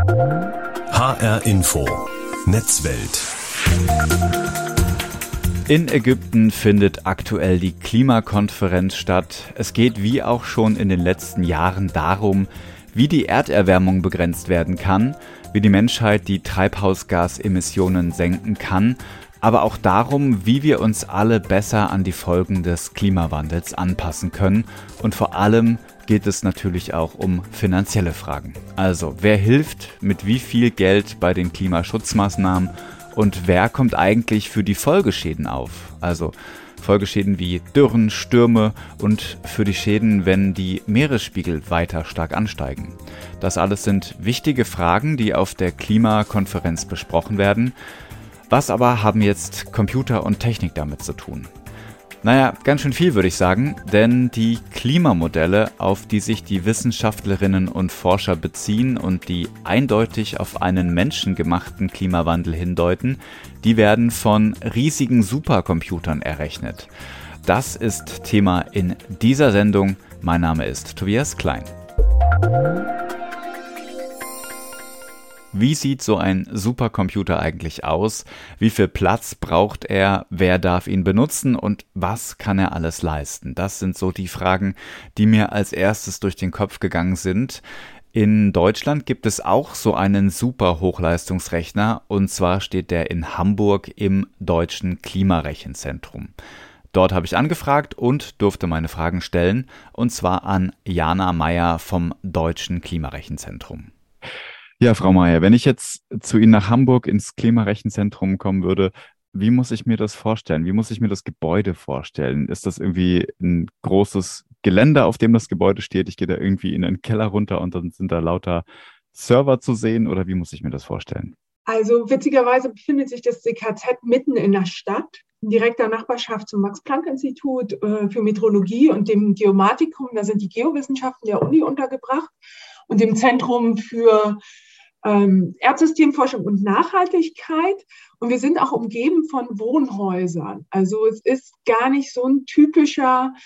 HR Info Netzwelt. In Ägypten findet aktuell die Klimakonferenz statt. Es geht wie auch schon in den letzten Jahren darum, wie die Erderwärmung begrenzt werden kann, wie die Menschheit die Treibhausgasemissionen senken kann, aber auch darum, wie wir uns alle besser an die Folgen des Klimawandels anpassen können. Und vor allem geht es natürlich auch um finanzielle Fragen. Also, wer hilft mit wie viel Geld bei den Klimaschutzmaßnahmen und wer kommt eigentlich für die Folgeschäden auf? Also Folgeschäden wie Dürren, Stürme und für die Schäden, wenn die Meeresspiegel weiter stark ansteigen. Das alles sind wichtige Fragen, die auf der Klimakonferenz besprochen werden. Was aber haben jetzt Computer und Technik damit zu tun? Naja, ganz schön viel würde ich sagen, denn die Klimamodelle, auf die sich die Wissenschaftlerinnen und Forscher beziehen und die eindeutig auf einen menschengemachten Klimawandel hindeuten, die werden von riesigen Supercomputern errechnet. Das ist Thema in dieser Sendung. Mein Name ist Tobias Klein. Wie sieht so ein Supercomputer eigentlich aus? Wie viel Platz braucht er? Wer darf ihn benutzen? Und was kann er alles leisten? Das sind so die Fragen, die mir als erstes durch den Kopf gegangen sind. In Deutschland gibt es auch so einen Super-Hochleistungsrechner, und zwar steht der in Hamburg im Deutschen Klimarechenzentrum. Dort habe ich angefragt und durfte meine Fragen stellen, und zwar an Jana Meyer vom Deutschen Klimarechenzentrum. Ja, Frau Meyer, wenn ich jetzt zu Ihnen nach Hamburg ins Klimarechenzentrum kommen würde, wie muss ich mir das vorstellen? Wie muss ich mir das Gebäude vorstellen? Ist das irgendwie ein großes Gelände, auf dem das Gebäude steht? Ich gehe da irgendwie in einen Keller runter und dann sind da lauter Server zu sehen, oder wie muss ich mir das vorstellen? Also witzigerweise befindet sich das CKZ mitten in der Stadt, in direkter Nachbarschaft zum Max-Planck-Institut für Meteorologie und dem Geomatikum. Da sind die Geowissenschaften der Uni untergebracht und dem Zentrum für Erdsystemforschung und Nachhaltigkeit. Und wir sind auch umgeben von Wohnhäusern. Also es ist gar nicht so ein typischer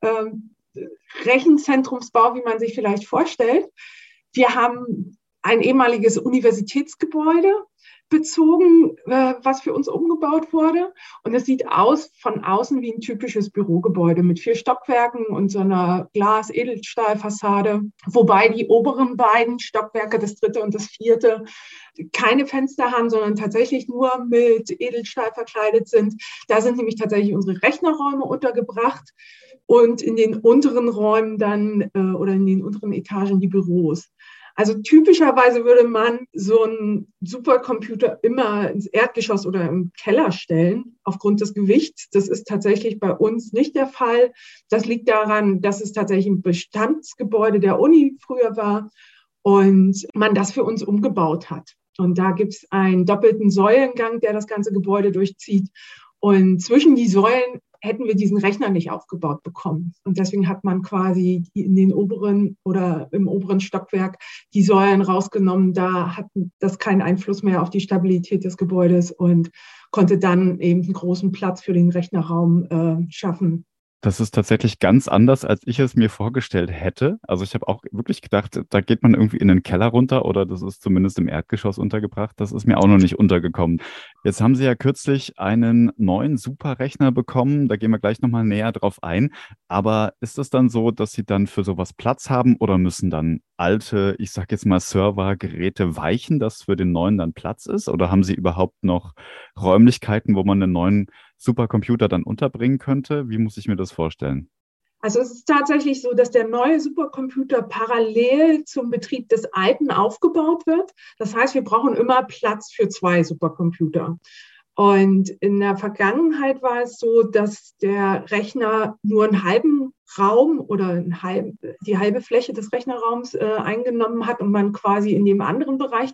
Rechenzentrumsbau, wie man sich vielleicht vorstellt. Wir haben ein ehemaliges Universitätsgebäude bezogen, was für uns umgebaut wurde. Und es sieht von außen wie ein typisches Bürogebäude mit 4 Stockwerken und so einer Glas-Edelstahlfassade, wobei die oberen beiden Stockwerke, das 3. und das 4., keine Fenster haben, sondern tatsächlich nur mit Edelstahl verkleidet sind. Da sind nämlich tatsächlich unsere Rechnerräume untergebracht und in den unteren Räumen dann oder in den unteren Etagen die Büros. Also typischerweise würde man so einen Supercomputer immer ins Erdgeschoss oder im Keller stellen, aufgrund des Gewichts. Das ist tatsächlich bei uns nicht der Fall. Das liegt daran, dass es tatsächlich ein Bestandsgebäude der Uni früher war und man das für uns umgebaut hat. Und da gibt es einen doppelten Säulengang, der das ganze Gebäude durchzieht. Und zwischen die Säulen hätten wir diesen Rechner nicht aufgebaut bekommen. Und deswegen hat man quasi in den oberen oder im oberen Stockwerk die Säulen rausgenommen. Da hat das keinen Einfluss mehr auf die Stabilität des Gebäudes und konnte dann eben einen großen Platz für den Rechnerraum schaffen. Das ist tatsächlich ganz anders, als ich es mir vorgestellt hätte. Also ich habe auch wirklich gedacht, da geht man irgendwie in den Keller runter oder das ist zumindest im Erdgeschoss untergebracht. Das ist mir auch noch nicht untergekommen. Jetzt haben Sie ja kürzlich einen neuen Superrechner bekommen. Da gehen wir gleich nochmal näher drauf ein. Aber ist es dann so, dass Sie dann für sowas Platz haben oder müssen dann alte, ich sage jetzt mal Servergeräte weichen, dass für den neuen dann Platz ist? Oder haben Sie überhaupt noch Räumlichkeiten, wo man einen neuen Supercomputer dann unterbringen könnte? Wie muss ich mir das vorstellen? Also es ist tatsächlich so, dass der neue Supercomputer parallel zum Betrieb des alten aufgebaut wird. Das heißt, wir brauchen immer Platz für 2 Supercomputer. Und in der Vergangenheit war es so, dass der Rechner nur einen halben Raum oder die halbe Fläche des Rechnerraums eingenommen hat und man quasi in dem anderen Bereich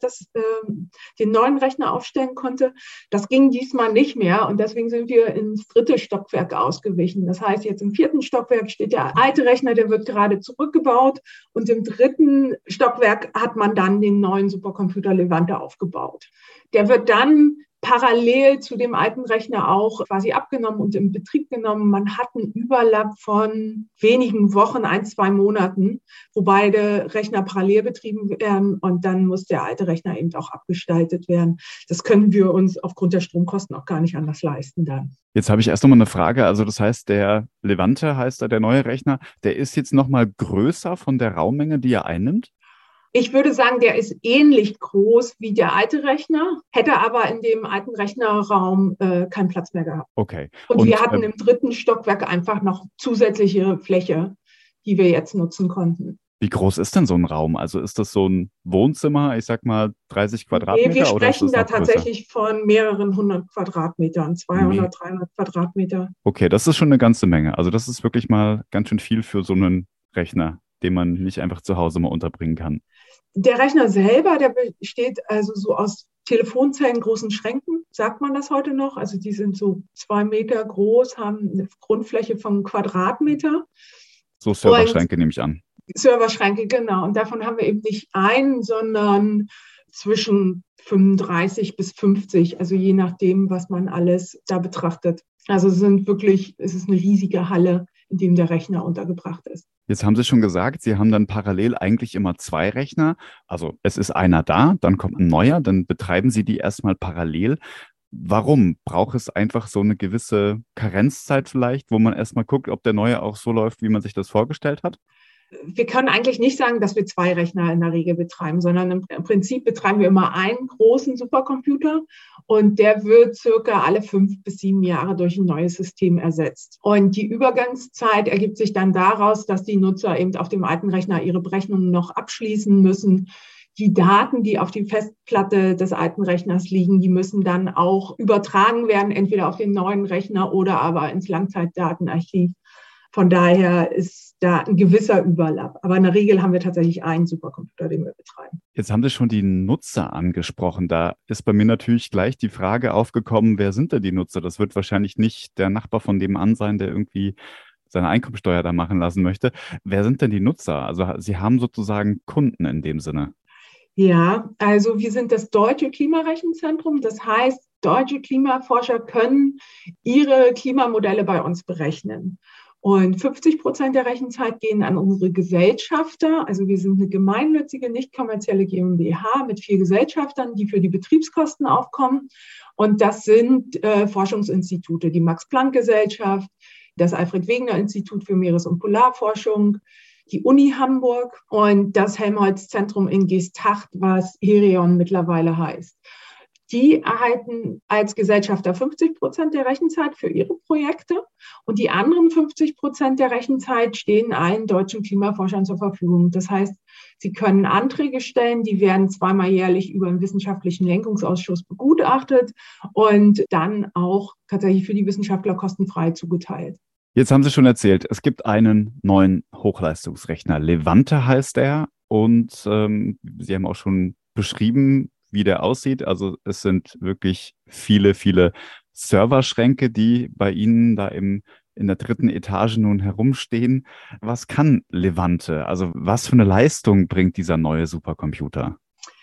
den neuen Rechner aufstellen konnte. Das ging diesmal nicht mehr und deswegen sind wir ins 3. Stockwerk ausgewichen. Das heißt, jetzt im 4. Stockwerk steht der alte Rechner, der wird gerade zurückgebaut und im 3. Stockwerk hat man dann den neuen Supercomputer Levante aufgebaut. Der wird dann parallel zu dem alten Rechner auch quasi abgenommen und in Betrieb genommen. Man hat einen Überlapp von wenigen Wochen, 1, 2 Monaten, wo beide Rechner parallel betrieben werden und dann muss der alte Rechner eben auch abgestaltet werden. Das können wir uns aufgrund der Stromkosten auch gar nicht anders leisten dann. Jetzt habe ich erst nochmal eine Frage. Also das heißt, der Levante heißt da der neue Rechner, der ist jetzt nochmal größer von der Raummenge, die er einnimmt? Ich würde sagen, der ist ähnlich groß wie der alte Rechner, hätte aber in dem alten Rechnerraum keinen Platz mehr gehabt. Okay. Und wir hatten im 3. Stockwerk einfach noch zusätzliche Fläche, die wir jetzt nutzen konnten. Wie groß ist denn so ein Raum? Also ist das so ein Wohnzimmer, ich sag mal 30 Quadratmeter? Nee, wir sprechen oder da tatsächlich von mehreren 100 Quadratmetern, 200, 300 Quadratmeter. Okay, das ist schon eine ganze Menge. Also das ist wirklich mal ganz schön viel für so einen Rechner, den man nicht einfach zu Hause mal unterbringen kann. Der Rechner selber, der besteht also so aus Telefonzellen, großen Schränken, sagt man das heute noch. Also die sind so 2 Meter groß, haben eine Grundfläche von Quadratmeter. So Serverschränke nehme ich an. Serverschränke, genau. Und davon haben wir eben nicht einen, sondern zwischen 35 bis 50, also je nachdem, was man alles da betrachtet. Also es ist eine riesige Halle, in dem der Rechner untergebracht ist. Jetzt haben Sie schon gesagt, Sie haben dann parallel eigentlich immer 2 Rechner. Also es ist einer da, dann kommt ein neuer, dann betreiben Sie die erstmal parallel. Warum? Braucht es einfach so eine gewisse Karenzzeit vielleicht, wo man erstmal guckt, ob der neue auch so läuft, wie man sich das vorgestellt hat? Wir können eigentlich nicht sagen, dass wir 2 Rechner in der Regel betreiben, sondern im Prinzip betreiben wir immer einen großen Supercomputer und der wird circa alle 5 bis 7 Jahre durch ein neues System ersetzt. Und die Übergangszeit ergibt sich dann daraus, dass die Nutzer eben auf dem alten Rechner ihre Berechnungen noch abschließen müssen. Die Daten, die auf die Festplatte des alten Rechners liegen, die müssen dann auch übertragen werden, entweder auf den neuen Rechner oder aber ins Langzeitdatenarchiv. Von daher ist da ein gewisser Überlapp. Aber in der Regel haben wir tatsächlich einen Supercomputer, den wir betreiben. Jetzt haben Sie schon die Nutzer angesprochen. Da ist bei mir natürlich gleich die Frage aufgekommen, wer sind denn die Nutzer? Das wird wahrscheinlich nicht der Nachbar von nebenan sein, der irgendwie seine Einkommensteuer da machen lassen möchte. Wer sind denn die Nutzer? Also Sie haben sozusagen Kunden in dem Sinne. Ja, also wir sind das Deutsche Klimarechenzentrum. Das heißt, deutsche Klimaforscher können ihre Klimamodelle bei uns berechnen. Und 50% der Rechenzeit gehen an unsere Gesellschafter. Also wir sind eine gemeinnützige, nicht kommerzielle GmbH mit 4 Gesellschaftern, die für die Betriebskosten aufkommen. Und das sind Forschungsinstitute, die Max-Planck-Gesellschaft, das Alfred-Wegener-Institut für Meeres- und Polarforschung, die Uni Hamburg und das Helmholtz-Zentrum in Geesthacht, was Herion mittlerweile heißt. Die erhalten als Gesellschafter 50% der Rechenzeit für ihre Projekte und die anderen 50% der Rechenzeit stehen allen deutschen Klimaforschern zur Verfügung. Das heißt, sie können Anträge stellen, die werden 2-mal jährlich über einen wissenschaftlichen Lenkungsausschuss begutachtet und dann auch tatsächlich für die Wissenschaftler kostenfrei zugeteilt. Jetzt haben Sie schon erzählt, es gibt einen neuen Hochleistungsrechner. Levante heißt er und Sie haben auch schon beschrieben, wie der aussieht. Also es sind wirklich viele, viele Serverschränke, die bei Ihnen da in der 3. Etage nun herumstehen. Was kann Levante? Also was für eine Leistung bringt dieser neue Supercomputer?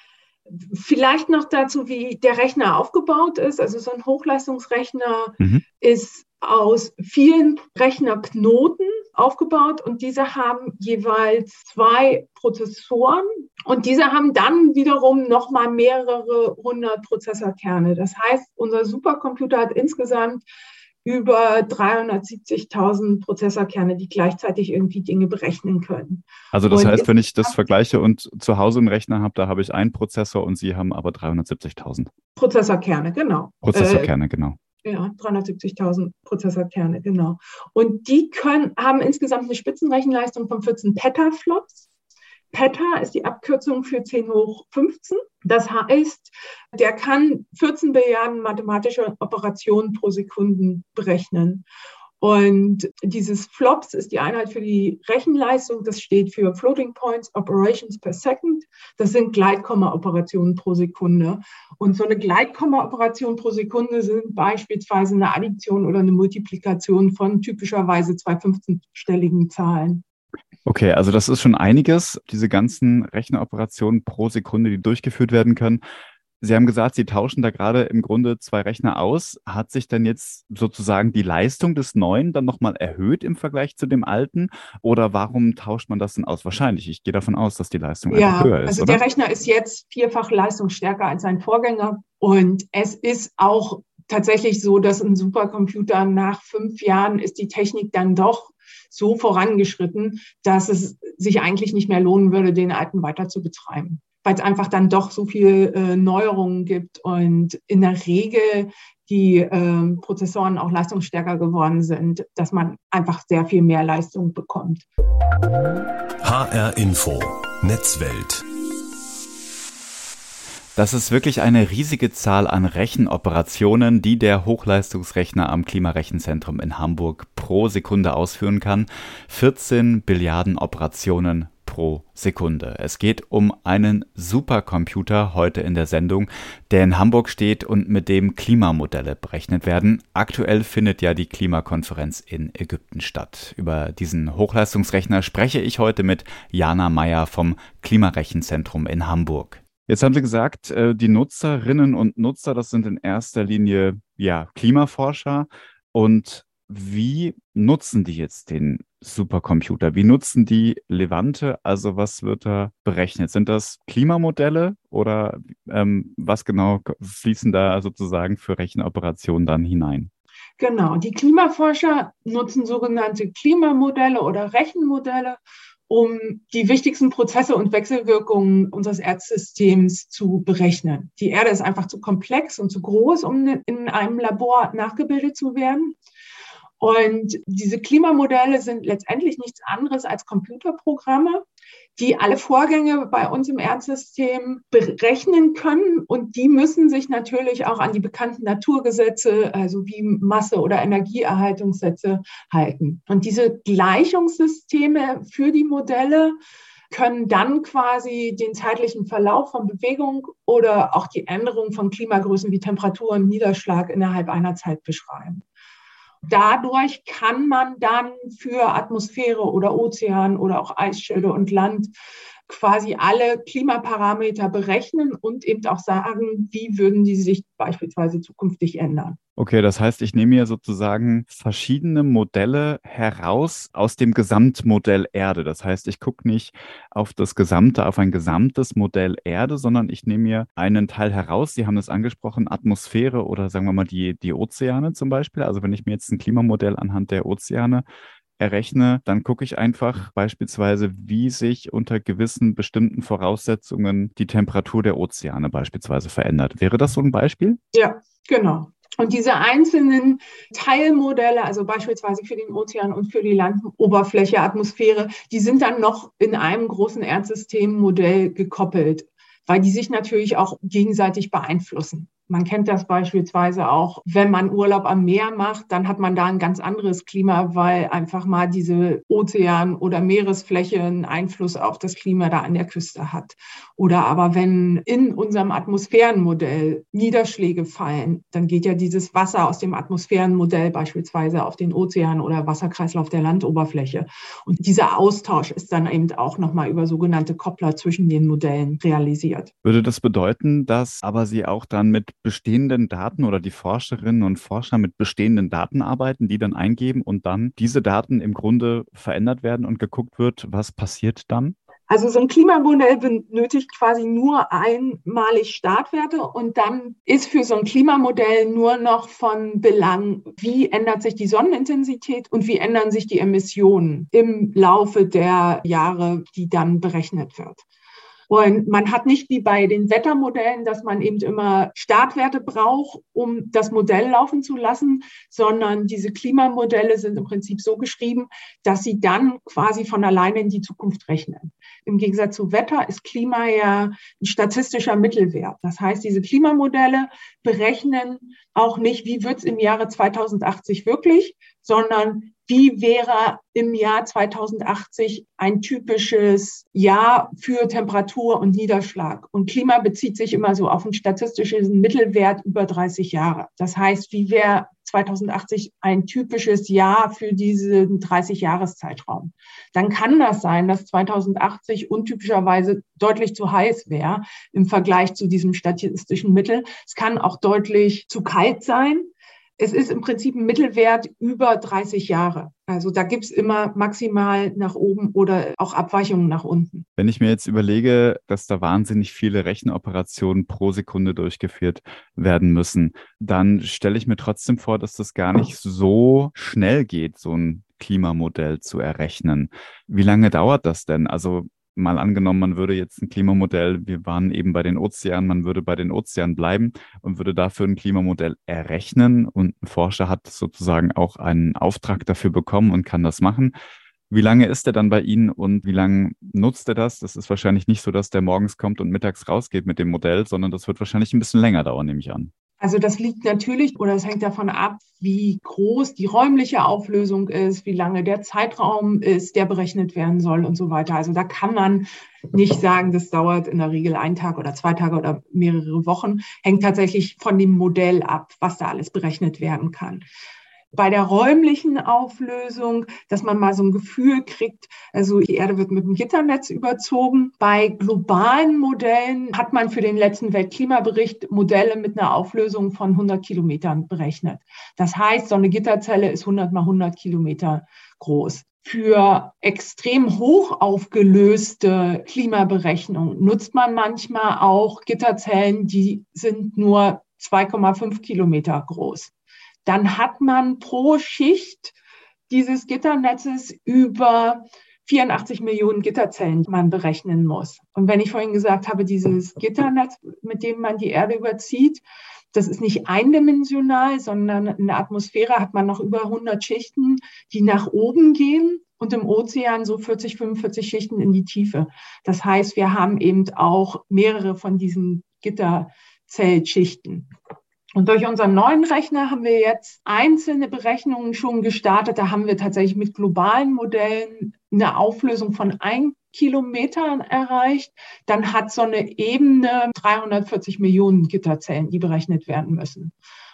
Vielleicht noch dazu, wie der Rechner aufgebaut ist. Also so ein Hochleistungsrechner ist aus vielen Rechnerknoten aufgebaut und diese haben jeweils 2 Prozessoren und diese haben dann wiederum nochmal mehrere 100 Prozessorkerne. Das heißt, unser Supercomputer hat insgesamt über 370.000 Prozessorkerne, die gleichzeitig irgendwie Dinge berechnen können. Also das heißt, wenn ich das vergleiche und zu Hause einen Rechner habe, da habe ich einen Prozessor und Sie haben aber 370.000. Prozessorkerne, genau. Prozessorkerne, genau. Ja, 370.000 Prozessorkerne, genau. Und die haben insgesamt eine Spitzenrechenleistung von 14 Petaflops. Peta ist die Abkürzung für 10 hoch 15. Das heißt, der kann 14 Billiarden mathematische Operationen pro Sekunde berechnen. Und dieses Flops ist die Einheit für die Rechenleistung. Das steht für Floating Points Operations per Second. Das sind Gleitkomma-Operationen pro Sekunde. Und so eine Gleitkomma-Operation pro Sekunde sind beispielsweise eine Addition oder eine Multiplikation von typischerweise 2 15-stelligen Zahlen. Okay, also das ist schon einiges, diese ganzen Rechenoperationen pro Sekunde, die durchgeführt werden können. Sie haben gesagt, Sie tauschen da gerade im Grunde zwei Rechner aus. Hat sich denn jetzt sozusagen die Leistung des neuen dann nochmal erhöht im Vergleich zu dem alten? Oder warum tauscht man das denn aus? Wahrscheinlich. Ich gehe davon aus, dass die Leistung einfach Ja, höher ist, also oder? der Rechner ist jetzt vierfach leistungsstärker als sein Vorgänger. Und es ist auch tatsächlich so, dass ein Supercomputer nach 5 Jahren ist die Technik dann doch so vorangeschritten, dass es sich eigentlich nicht mehr lohnen würde, den alten weiter zu betreiben, weil es einfach dann doch so viel Neuerungen gibt und in der Regel die Prozessoren auch leistungsstärker geworden sind, dass man einfach sehr viel mehr Leistung bekommt. HR Info, Netzwelt. Das ist wirklich eine riesige Zahl an Rechenoperationen, die der Hochleistungsrechner am Klimarechenzentrum in Hamburg pro Sekunde ausführen kann. 14 Billiarden Operationen pro Sekunde. Es geht um einen Supercomputer heute in der Sendung, der in Hamburg steht und mit dem Klimamodelle berechnet werden. Aktuell findet ja die Klimakonferenz in Ägypten statt. Über diesen Hochleistungsrechner spreche ich heute mit Jana Meyer vom Klimarechenzentrum in Hamburg. Jetzt haben Sie gesagt, die Nutzerinnen und Nutzer, das sind in erster Linie ja Klimaforscher. Und wie nutzen die jetzt den Supercomputer? Wie nutzen die Levante? Also was wird da berechnet? Sind das Klimamodelle oder was genau fließen da sozusagen für Rechenoperationen dann hinein? Genau, die Klimaforscher nutzen sogenannte Klimamodelle oder Rechenmodelle, um die wichtigsten Prozesse und Wechselwirkungen unseres Erdsystems zu berechnen. Die Erde ist einfach zu komplex und zu groß, um in einem Labor nachgebildet zu werden. Und diese Klimamodelle sind letztendlich nichts anderes als Computerprogramme, die alle Vorgänge bei uns im Erdsystem berechnen können. Und die müssen sich natürlich auch an die bekannten Naturgesetze, also wie Masse- oder Energieerhaltungssätze, halten. Und diese Gleichungssysteme für die Modelle können dann quasi den zeitlichen Verlauf von Bewegung oder auch die Änderung von Klimagrößen wie Temperatur und Niederschlag innerhalb einer Zeit beschreiben. Dadurch kann man dann für Atmosphäre oder Ozean oder auch Eisschilde und Land quasi alle Klimaparameter berechnen und eben auch sagen, wie würden die sich beispielsweise zukünftig ändern. Okay, das heißt, ich nehme mir sozusagen verschiedene Modelle heraus aus dem Gesamtmodell Erde. Das heißt, ich gucke nicht auf das Gesamte, auf ein gesamtes Modell Erde, sondern ich nehme mir einen Teil heraus. Sie haben es angesprochen, Atmosphäre oder sagen wir mal die Ozeane zum Beispiel. Also wenn ich mir jetzt ein Klimamodell anhand der Ozeane errechne, dann gucke ich einfach beispielsweise, wie sich unter gewissen bestimmten Voraussetzungen die Temperatur der Ozeane beispielsweise verändert. Wäre das so ein Beispiel? Ja, genau. Und diese einzelnen Teilmodelle, also beispielsweise für den Ozean und für die Landoberfläche, Atmosphäre, die sind dann noch in einem großen Erdsystemmodell gekoppelt, weil die sich natürlich auch gegenseitig beeinflussen. Man kennt das beispielsweise auch, wenn man Urlaub am Meer macht, dann hat man da ein ganz anderes Klima, weil einfach mal diese Ozean- oder Meeresfläche einen Einfluss auf das Klima da an der Küste hat. Oder aber wenn in unserem Atmosphärenmodell Niederschläge fallen, dann geht ja dieses Wasser aus dem Atmosphärenmodell beispielsweise auf den Ozean oder Wasserkreislauf der Landoberfläche. Und dieser Austausch ist dann eben auch nochmal über sogenannte Koppler zwischen den Modellen realisiert. Würde das bedeuten, dass aber Sie auch dann mit bestehenden Daten oder die Forscherinnen und Forscher mit bestehenden Daten arbeiten, die dann eingeben und dann diese Daten im Grunde verändert werden und geguckt wird, was passiert dann? Also so ein Klimamodell benötigt quasi nur einmalig Startwerte und dann ist für so ein Klimamodell nur noch von Belang, wie ändert sich die Sonnenintensität und wie ändern sich die Emissionen im Laufe der Jahre, die dann berechnet wird. Und man hat nicht wie bei den Wettermodellen, dass man eben immer Startwerte braucht, um das Modell laufen zu lassen, sondern diese Klimamodelle sind im Prinzip so geschrieben, dass sie dann quasi von alleine in die Zukunft rechnen. Im Gegensatz zu Wetter ist Klima ja ein statistischer Mittelwert. Das heißt, diese Klimamodelle berechnen auch nicht, wie wird es im Jahre 2080 wirklich, sondern wie wäre im Jahr 2080 ein typisches Jahr für Temperatur und Niederschlag? Und Klima bezieht sich immer so auf einen statistischen Mittelwert über 30 Jahre. Das heißt, wie wäre 2080 ein typisches Jahr für diesen 30-Jahres-Zeitraum. Dann kann das sein, dass 2080 untypischerweise deutlich zu heiß wäre im Vergleich zu diesem statistischen Mittel. Es kann auch deutlich zu kalt sein. Es ist im Prinzip ein Mittelwert über 30 Jahre. Also da gibt es immer maximal nach oben oder auch Abweichungen nach unten. Wenn ich mir jetzt überlege, dass da wahnsinnig viele Rechenoperationen pro Sekunde durchgeführt werden müssen, dann stelle ich mir trotzdem vor, dass das gar nicht so schnell geht, so ein Klimamodell zu errechnen. Wie lange dauert das denn? Also mal angenommen, man würde jetzt ein Klimamodell, wir waren eben bei den Ozeanen, man würde bei den Ozeanen bleiben und würde dafür ein Klimamodell errechnen und ein Forscher hat sozusagen auch einen Auftrag dafür bekommen und kann das machen. Wie lange ist er dann bei Ihnen und wie lange nutzt er das? Das ist wahrscheinlich nicht so, dass der morgens kommt und mittags rausgeht mit dem Modell, sondern das wird wahrscheinlich ein bisschen länger dauern, nehme ich an. Also das liegt natürlich oder es hängt davon ab, wie groß die räumliche Auflösung ist, wie lange der Zeitraum ist, der berechnet werden soll und so weiter. Also da kann man nicht sagen, das dauert in der Regel 1 Tag oder 2 Tage oder mehrere Wochen. Hängt tatsächlich von dem Modell ab, was da alles berechnet werden kann. Bei der räumlichen Auflösung, dass man mal so ein Gefühl kriegt, also die Erde wird mit einem Gitternetz überzogen. Bei globalen Modellen hat man für den letzten Weltklimabericht Modelle mit einer Auflösung von 100 Kilometern berechnet. Das heißt, so eine Gitterzelle ist 100 mal 100 Kilometer groß. Für extrem hoch aufgelöste Klimaberechnungen nutzt man manchmal auch Gitterzellen, die sind nur 2,5 Kilometer groß. Dann hat man pro Schicht dieses Gitternetzes über 84 Millionen Gitterzellen, die man berechnen muss. Und wenn ich vorhin gesagt habe, dieses Gitternetz, mit dem man die Erde überzieht, das ist nicht eindimensional, sondern in der Atmosphäre hat man noch über 100 Schichten, die nach oben gehen und im Ozean so 40, 45 Schichten in die Tiefe. Das heißt, wir haben eben auch mehrere von diesen Gitterzellschichten. Und durch unseren neuen Rechner haben wir jetzt einzelne Berechnungen schon gestartet. Da haben wir tatsächlich mit globalen Modellen eine Auflösung von 1 Kilometer erreicht. Dann hat so eine Ebene 340 Millionen Gitterzellen, die berechnet werden müssen.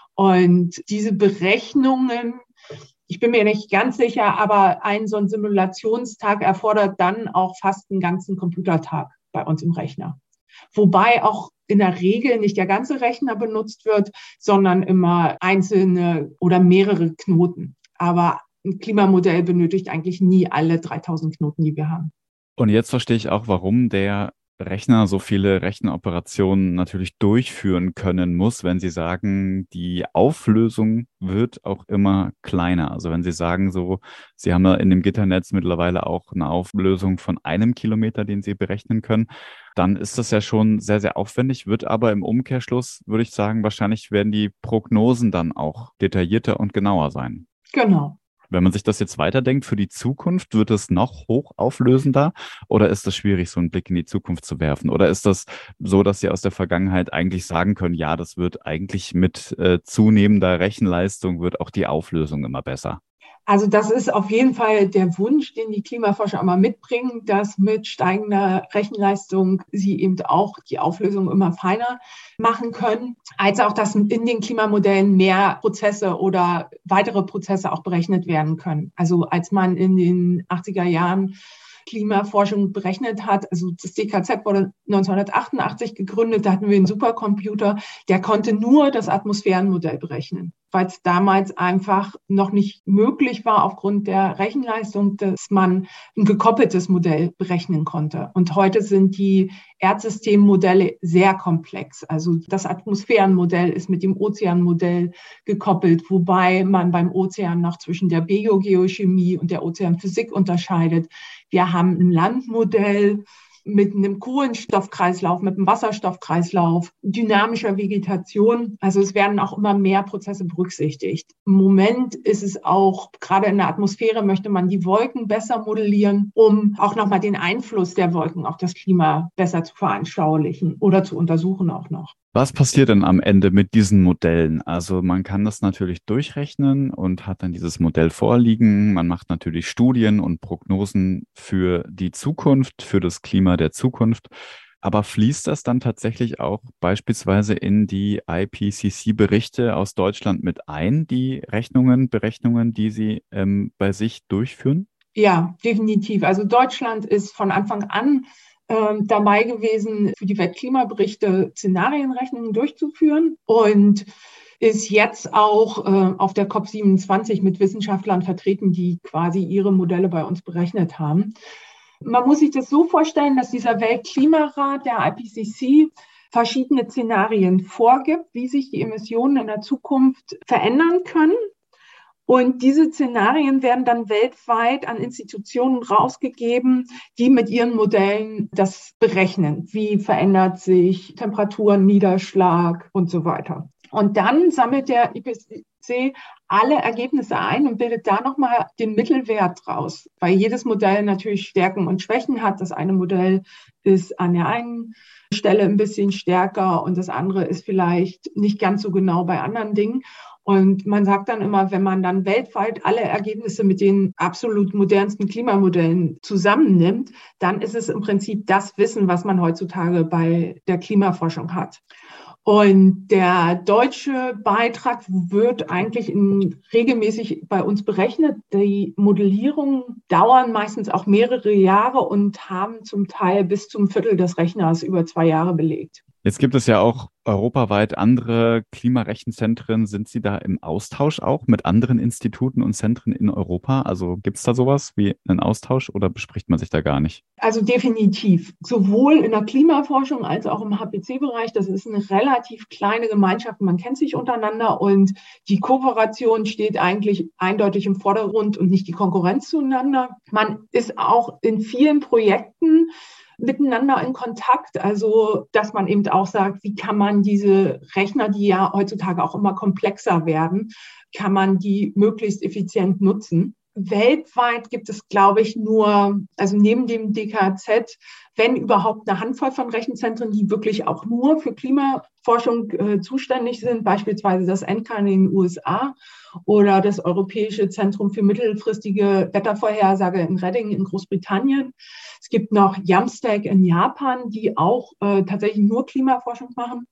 Und diese Berechnungen, ich bin mir nicht ganz sicher, aber so ein Simulationstag erfordert dann auch fast einen ganzen Computertag bei uns im Rechner. Wobei auch in der Regel nicht der ganze Rechner benutzt wird, sondern immer einzelne oder mehrere Knoten. Aber ein Klimamodell benötigt eigentlich nie alle 3000 Knoten, die wir haben. Und jetzt verstehe ich auch, warum der Rechner so viele Rechenoperationen natürlich durchführen können muss, wenn Sie sagen, die Auflösung wird auch immer kleiner. Also wenn Sie sagen, so, Sie haben ja in dem Gitternetz mittlerweile auch eine Auflösung von 1 Kilometer, den Sie berechnen können, dann ist das ja schon sehr, sehr aufwendig, wird aber im Umkehrschluss, würde ich sagen, wahrscheinlich werden die Prognosen dann auch detaillierter und genauer sein. Genau. Wenn man sich das jetzt weiterdenkt, für die Zukunft, wird es noch hochauflösender oder ist das schwierig, so einen Blick in die Zukunft zu werfen? Oder ist das so, dass Sie aus der Vergangenheit eigentlich sagen können, ja, das wird eigentlich mit zunehmender Rechenleistung, wird auch die Auflösung immer besser? Also das ist auf jeden Fall der Wunsch, den die Klimaforscher immer mitbringen, dass mit steigender Rechenleistung sie eben auch die Auflösung immer feiner machen können, als auch, dass in den Klimamodellen mehr Prozesse oder weitere Prozesse auch berechnet werden können. Also als man in den 80er Jahren Klimaforschung berechnet hat. Also das DKZ wurde 1988 gegründet, da hatten wir einen Supercomputer, der konnte nur das Atmosphärenmodell berechnen, weil es damals einfach noch nicht möglich war aufgrund der Rechenleistung, dass man ein gekoppeltes Modell berechnen konnte. Und heute sind die Erdsystemmodelle sehr komplex. Also das Atmosphärenmodell ist mit dem Ozeanmodell gekoppelt, wobei man beim Ozean noch zwischen der Biogeochemie und der Ozeanphysik unterscheidet. Wir haben ein Landmodell mit einem Kohlenstoffkreislauf, mit einem Wasserstoffkreislauf, dynamischer Vegetation. Also es werden auch immer mehr Prozesse berücksichtigt. Im Moment ist es auch, gerade in der Atmosphäre möchte man die Wolken besser modellieren, um auch nochmal den Einfluss der Wolken auf das Klima besser zu veranschaulichen oder zu untersuchen auch noch. Was passiert denn am Ende mit diesen Modellen? Also man kann das natürlich durchrechnen und hat dann dieses Modell vorliegen. Man macht natürlich Studien und Prognosen für die Zukunft, für das Klima der Zukunft. Aber fließt das dann tatsächlich auch beispielsweise in die IPCC-Berichte aus Deutschland mit ein, die Berechnungen, die Sie bei sich durchführen? Ja, definitiv. Also Deutschland ist von Anfang an dabei gewesen, für die Weltklimaberichte Szenarienrechnungen durchzuführen und ist jetzt auch auf der COP27 mit Wissenschaftlern vertreten, die quasi ihre Modelle bei uns berechnet haben. Man muss sich das so vorstellen, dass dieser Weltklimarat, der IPCC, verschiedene Szenarien vorgibt, wie sich die Emissionen in der Zukunft verändern können. Und diese Szenarien werden dann weltweit an Institutionen rausgegeben, die mit ihren Modellen das berechnen. Wie verändert sich Temperatur, Niederschlag und so weiter. Und dann sammelt der IPCC alle Ergebnisse ein und bildet da nochmal den Mittelwert raus, weil jedes Modell natürlich Stärken und Schwächen hat. Das eine Modell ist an der einen Stelle ein bisschen stärker und das andere ist vielleicht nicht ganz so genau bei anderen Dingen. Und man sagt dann immer, wenn man dann weltweit alle Ergebnisse mit den absolut modernsten Klimamodellen zusammennimmt, dann ist es im Prinzip das Wissen, was man heutzutage bei der Klimaforschung hat. Und der deutsche Beitrag wird eigentlich regelmäßig bei uns berechnet. Die Modellierungen dauern meistens auch mehrere Jahre und haben zum Teil bis zum Viertel des Rechners über 2 Jahre belegt. Jetzt gibt es ja auch europaweit andere Klimarechenzentren. Sind Sie da im Austausch auch mit anderen Instituten und Zentren in Europa? Also gibt es da sowas wie einen Austausch oder bespricht man sich da gar nicht? Also definitiv. Sowohl in der Klimaforschung als auch im HPC-Bereich. Das ist eine relativ kleine Gemeinschaft. Man kennt sich untereinander und die Kooperation steht eigentlich eindeutig im Vordergrund und nicht die Konkurrenz zueinander. Man ist auch in vielen Projekten miteinander in Kontakt, also dass man eben auch sagt, wie kann man diese Rechner, die ja heutzutage auch immer komplexer werden, kann man die möglichst effizient nutzen. Weltweit gibt es, glaube ich, nur, also neben dem DKZ, wenn überhaupt eine Handvoll von Rechenzentren, die wirklich auch nur für Klimaforschung zuständig sind, beispielsweise das NCAR in den USA oder das Europäische Zentrum für mittelfristige Wettervorhersage in Reading in Großbritannien. Es gibt noch JAMSTEC in Japan, die auch tatsächlich nur Klimaforschung machen.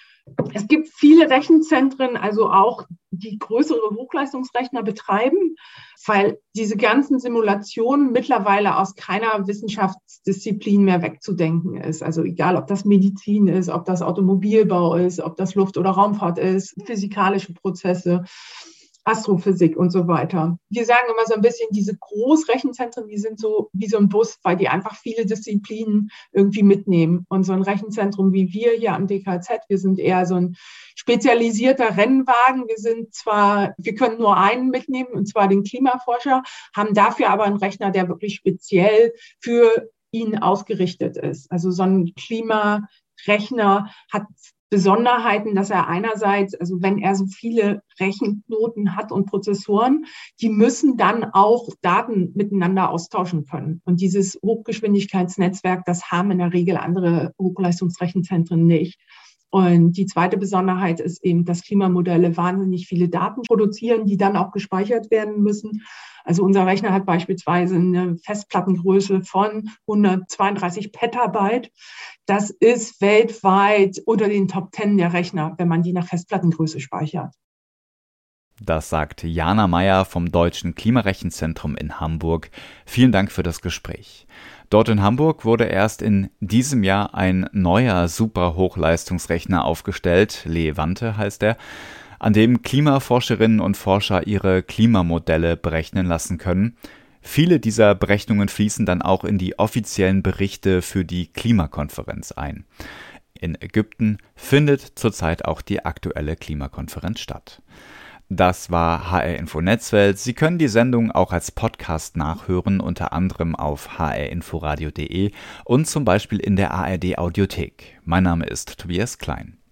Es gibt viele Rechenzentren, also auch die größere Hochleistungsrechner betreiben, weil diese ganzen Simulationen mittlerweile aus keiner Wissenschaftsdisziplin mehr wegzudenken ist. Also egal, ob das Medizin ist, ob das Automobilbau ist, ob das Luft- oder Raumfahrt ist, physikalische Prozesse, Astrophysik und so weiter. Wir sagen immer so ein bisschen, diese Großrechenzentren, die sind so wie so ein Bus, weil die einfach viele Disziplinen irgendwie mitnehmen. Und so ein Rechenzentrum wie wir hier am DKZ, wir sind eher so ein spezialisierter Rennwagen. Wir können nur einen mitnehmen, und zwar den Klimaforscher, haben dafür aber einen Rechner, der wirklich speziell für ihn ausgerichtet ist. Also so ein Klimarechner hat Besonderheiten, dass er einerseits, also wenn er so viele Rechenknoten hat und Prozessoren, die müssen dann auch Daten miteinander austauschen können. Und dieses Hochgeschwindigkeitsnetzwerk, das haben in der Regel andere Hochleistungsrechenzentren nicht. Und die zweite Besonderheit ist eben, dass Klimamodelle wahnsinnig viele Daten produzieren, die dann auch gespeichert werden müssen. Also unser Rechner hat beispielsweise eine Festplattengröße von 132 Petabyte. Das ist weltweit unter den Top 10 der Rechner, wenn man die nach Festplattengröße speichert. Das sagt Jana Meyer vom Deutschen Klimarechenzentrum in Hamburg. Vielen Dank für das Gespräch. Dort in Hamburg wurde erst in diesem Jahr ein neuer Superhochleistungsrechner aufgestellt, Levante heißt er, an dem Klimaforscherinnen und Forscher ihre Klimamodelle berechnen lassen können. Viele dieser Berechnungen fließen dann auch in die offiziellen Berichte für die Klimakonferenz ein. In Ägypten findet zurzeit auch die aktuelle Klimakonferenz statt. Das war HR Info Netzwelt. Sie können die Sendung auch als Podcast nachhören, unter anderem auf hrinforadio.de und zum Beispiel in der ARD Audiothek. Mein Name ist Tobias Klein.